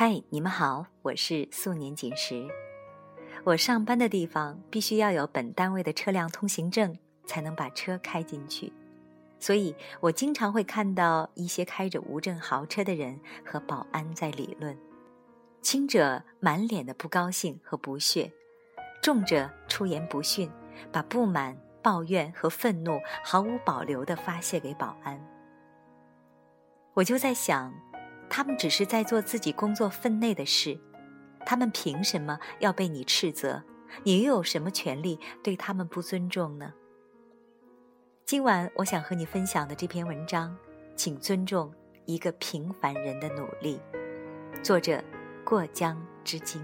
嗨，你们好，我是素年锦时。我上班的地方必须要有本单位的车辆通行证，才能把车开进去。所以我经常会看到一些开着无证豪车的人和保安在理论，轻者满脸的不高兴和不屑，重者出言不逊，把不满、抱怨和愤怒毫无保留地发泄给保安。我就在想，他们只是在做自己工作分内的事，他们凭什么要被你斥责？你又有什么权利对他们不尊重呢？今晚我想和你分享的这篇文章，请尊重一个平凡人的努力。作者过江之鲸。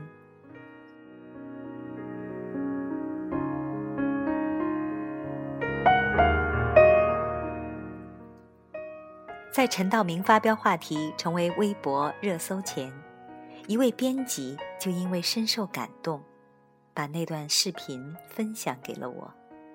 在陈道明发飙话题成为微博热搜前，一位编辑就因为深受感动，把那段视频分享给了我。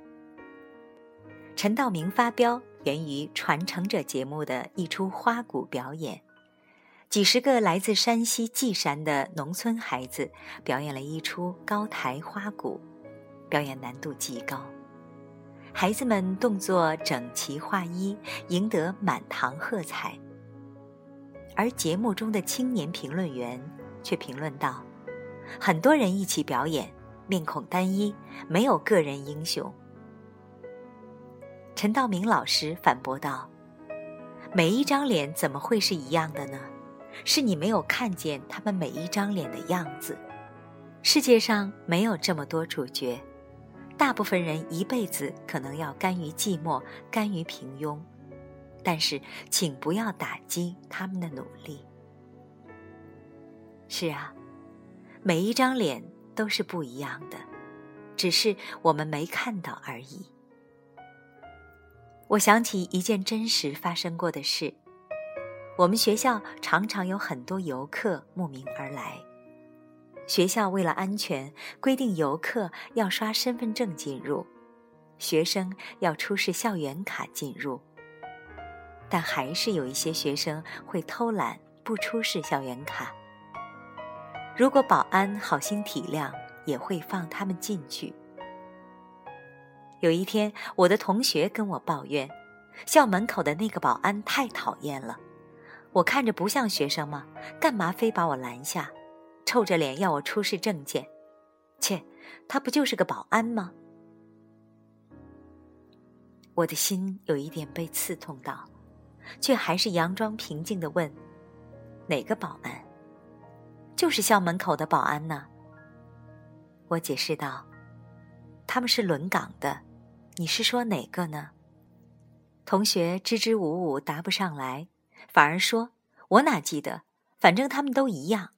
陈道明发飙源于《传承者》节目的一出花鼓表演，几十个来自山西稷山的农村孩子表演了一出高台花鼓，表演难度极高。孩子们动作整齐划一，赢得满堂喝彩。而节目中的青年评论员却评论道，很多人一起表演，面孔单一，没有个人英雄。陈道明老师反驳道，每一张脸怎么会是一样的呢？是你没有看见他们每一张脸的样子。世界上没有这么多主角，大部分人一辈子可能要甘于寂寞，甘于平庸，但是请不要打击他们的努力。是啊，每一张脸都是不一样的，只是我们没看到而已。我想起一件真实发生过的事，我们学校常常有很多游客慕名而来，学校为了安全，规定游客要刷身份证进入，学生要出示校园卡进入。但还是有一些学生会偷懒，不出示校园卡。如果保安好心体谅，也会放他们进去。有一天，我的同学跟我抱怨，校门口的那个保安太讨厌了，我看着不像学生吗？干嘛非把我拦下？臭着脸要我出示证件，切，他不就是个保安吗？我的心有一点被刺痛到，却还是佯装平静地问，哪个保安？就是校门口的保安呢。我解释道，他们是轮岗的，你是说哪个呢？同学支支吾吾答不上来，反而说，我哪记得，反正他们都一样。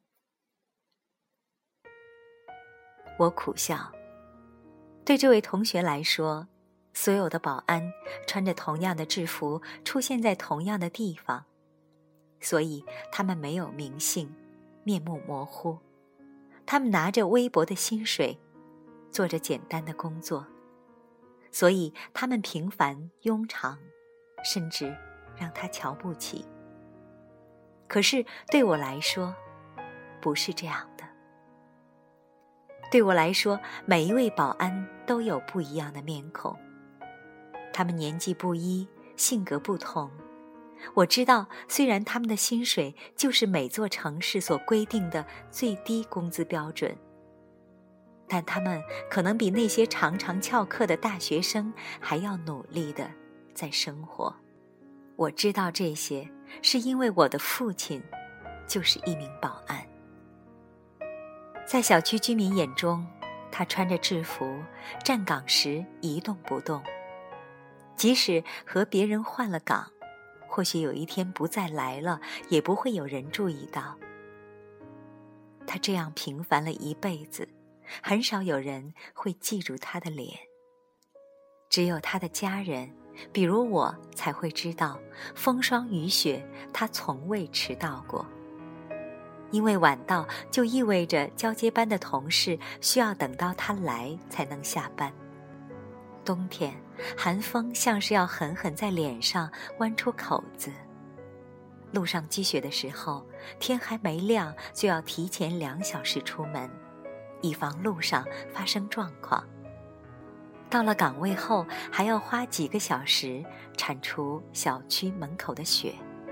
我苦笑，对这位同学来说，所有的保安穿着同样的制服，出现在同样的地方，所以他们没有名姓，面目模糊，他们拿着微薄的薪水，做着简单的工作，所以他们平凡庸常，甚至让他瞧不起。可是对我来说，不是这样的。对我来说，每一位保安都有不一样的面孔，他们年纪不一，性格不同。我知道，虽然他们的薪水就是每座城市所规定的最低工资标准，但他们可能比那些常常翘课的大学生还要努力地在生活。我知道这些，是因为我的父亲就是一名保安。在小区居民眼中，他穿着制服，站岗时一动不动，即使和别人换了岗，或许有一天不再来了，也不会有人注意到。他这样平凡了一辈子，很少有人会记住他的脸，只有他的家人，比如我，才会知道风霜雨雪他从未迟到过。因为晚到就意味着交接班的同事需要等到他来才能下班。冬天，寒风像是要狠狠在脸上剜出口子， 路上积雪的时候，天还没亮就要提前2小时出门，以防路上发生状况。到了岗位后，还要花几个小时铲除小区门口的雪。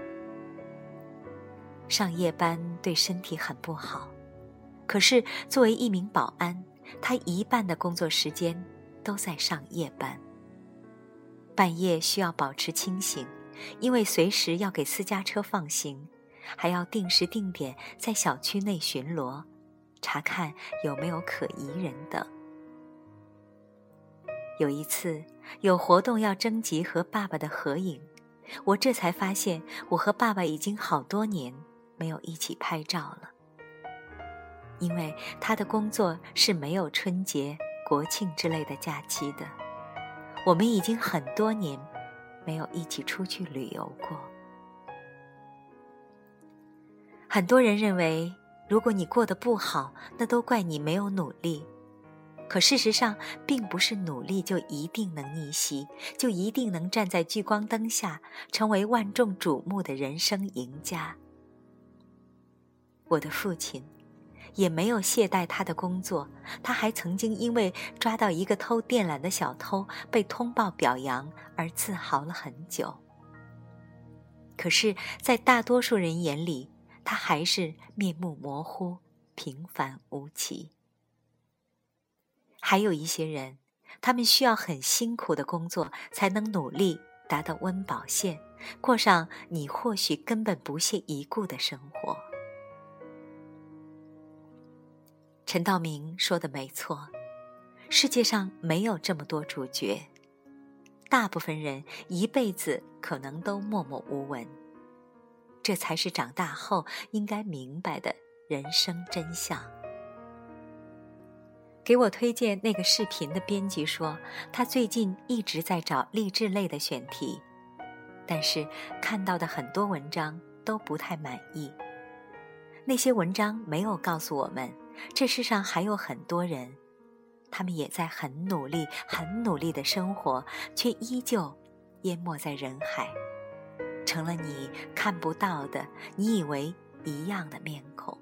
上夜班对身体很不好，可是作为一名保安，他一半的工作时间都在上夜班。半夜需要保持清醒，因为随时要给私家车放行，还要定时定点在小区内巡逻，查看有没有可疑人等。有一次有活动要征集和爸爸的合影，我这才发现我和爸爸已经好多年没有一起拍照了。因为他的工作是没有春节、国庆之类的假期的，我们已经很多年没有一起出去旅游过。很多人认为，如果你过得不好，那都怪你没有努力。可事实上，并不是努力就一定能逆袭，就一定能站在聚光灯下，成为万众瞩目的人生赢家。我的父亲也没有懈怠他的工作，他还曾经因为抓到一个偷电缆的小偷被通报表扬而自豪了很久。可是在大多数人眼里，他还是面目模糊，平凡无奇。还有一些人，他们需要很辛苦的工作，才能努力达到温饱线，过上你或许根本不屑一顾的生活。陈道明说的没错，世界上没有这么多主角，大部分人一辈子可能都默默无闻，这才是长大后应该明白的人生真相。给我推荐那个视频的编辑说，他最近一直在找励志类的选题，但是看到的很多文章都不太满意。那些文章没有告诉我们，这世上还有很多人，他们也在很努力、很努力的生活，却依旧淹没在人海，成了你看不到的、你以为一样的面孔。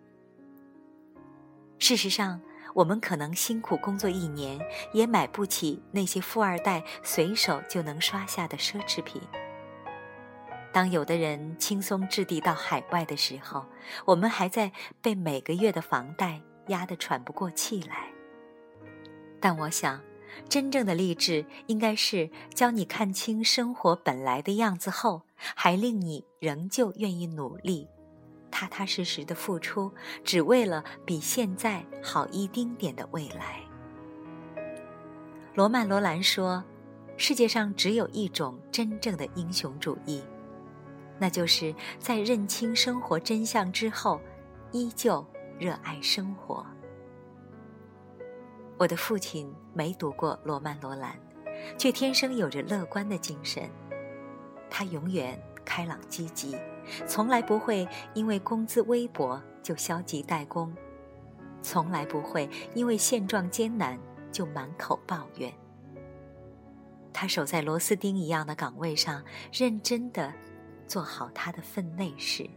事实上，我们可能辛苦工作1年，也买不起那些富二代随手就能刷下的奢侈品。当有的人轻松置地到海外的时候，我们还在被每个月的房贷压得喘不过气来。但我想，真正的励志应该是教你看清生活本来的样子后，还令你仍旧愿意努力，踏踏实实的付出，只为了比现在好一丁点的未来。罗曼·罗兰说，世界上只有一种真正的英雄主义，那就是在认清生活真相之后，依旧热爱生活。我的父亲没读过罗曼·罗兰，却天生有着乐观的精神。他永远开朗积极，从来不会因为工资微薄就消极怠工，从来不会因为现状艰难就满口抱怨。他守在螺丝钉一样的岗位上，认真地做好他的分内事。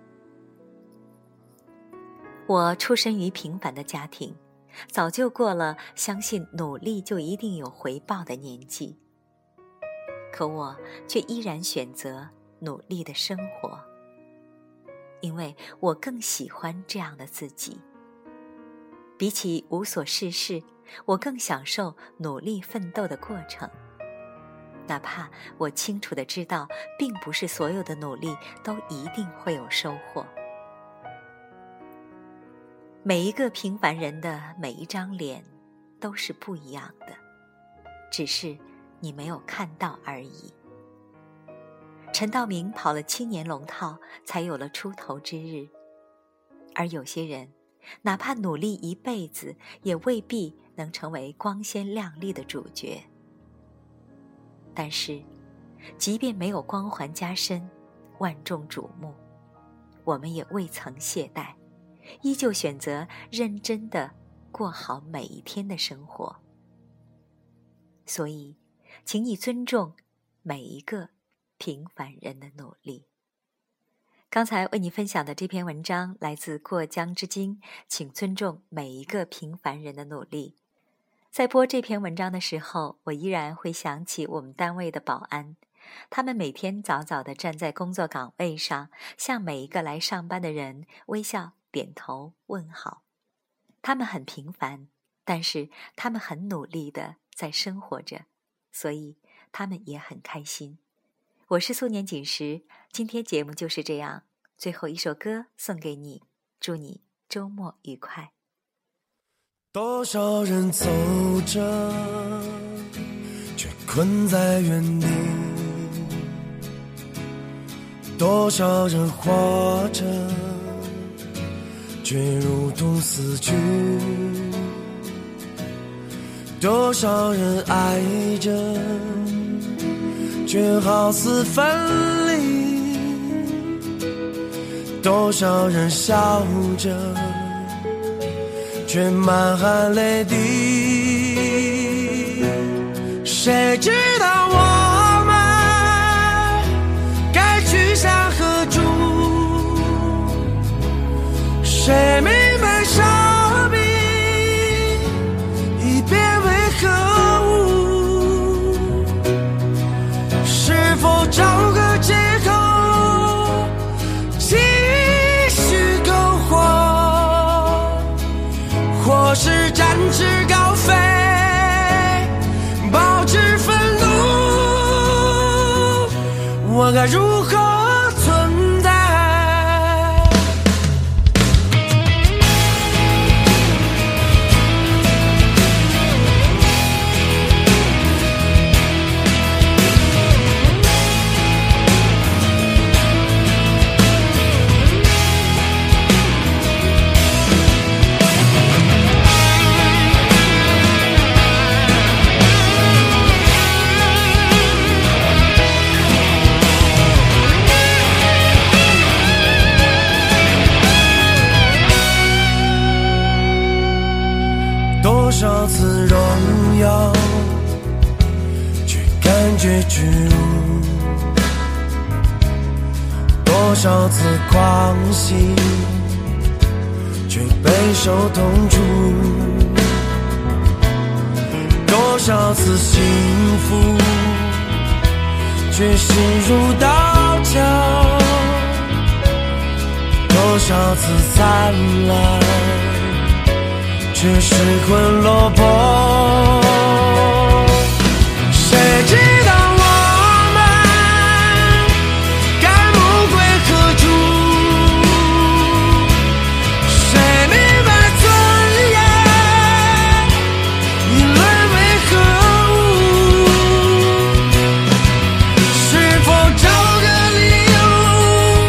我出身于平凡的家庭，早就过了相信努力就一定有回报的年纪，可我却依然选择努力的生活，因为我更喜欢这样的自己。比起无所事事，我更享受努力奋斗的过程，哪怕我清楚地知道，并不是所有的努力都一定会有收获。每一个平凡人的每一张脸都是不一样的，只是你没有看到而已。陈道明跑了7年龙套，才有了出头之日。而有些人，哪怕努力一辈子，也未必能成为光鲜亮丽的主角。但是，即便没有光环加身，万众瞩目，我们也未曾懈怠，依旧选择认真地过好每一天的生活。所以，请你尊重每一个平凡人的努力。 刚才为你分享的这篇文章来自过江之鲸，请尊重每一个平凡人的努力。在播这篇文章的时候，我依然会想起我们单位的保安，他们每天早早地站在工作岗位上，向每一个来上班的人微笑、点头、问好。他们很平凡，但是他们很努力地在生活着，所以他们也很开心。我是素年锦时，今天节目就是这样，最后一首歌送给你，祝你周末愉快。 多少人走着，却困在原地；多少人活着，却如同死去；多少人爱着，却好似分离；多少人笑着，却满含泪滴。谁知道我们该去向何处？谁明白生命已变为何物？是否找个借口继续篝火，或是展翅高飞，保持愤怒？我该如何存在？多少次荣耀，却感觉屈辱；多少次狂喜，却备受痛楚；多少次幸福，却心如刀绞；多少次灿烂，却失魂落魄。谁知道我们该梦归何处？谁明白尊严已沦为何物？是否找个理由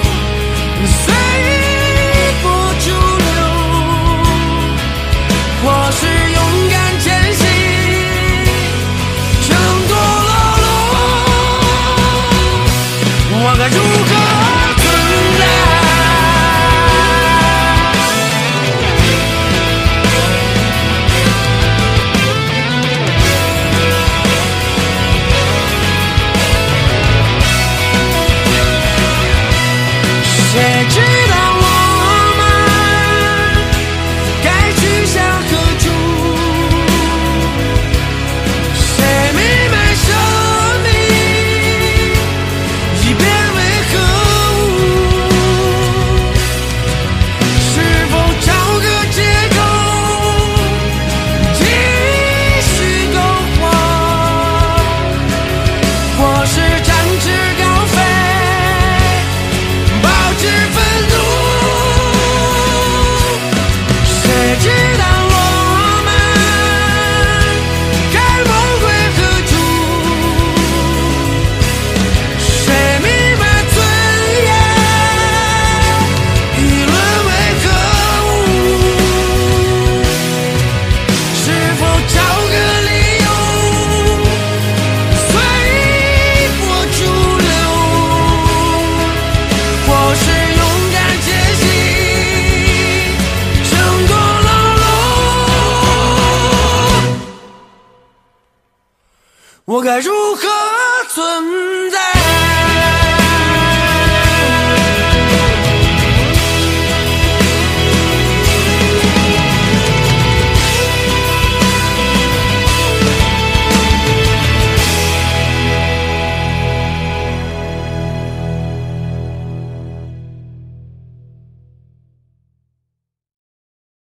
随波逐流？或是勇敢前行，争夺劳碌？我该如何存在？谁知道我们该去向何处？谁明白生命已变为何物？是否找个借口继续篝火，或是展翅高飞，保持愤怒？谁知道我们该梦归何处？谁明白尊严已沦为何物？是否找个理由随波逐流？或是勇敢前行，争夺劳碌？我该如何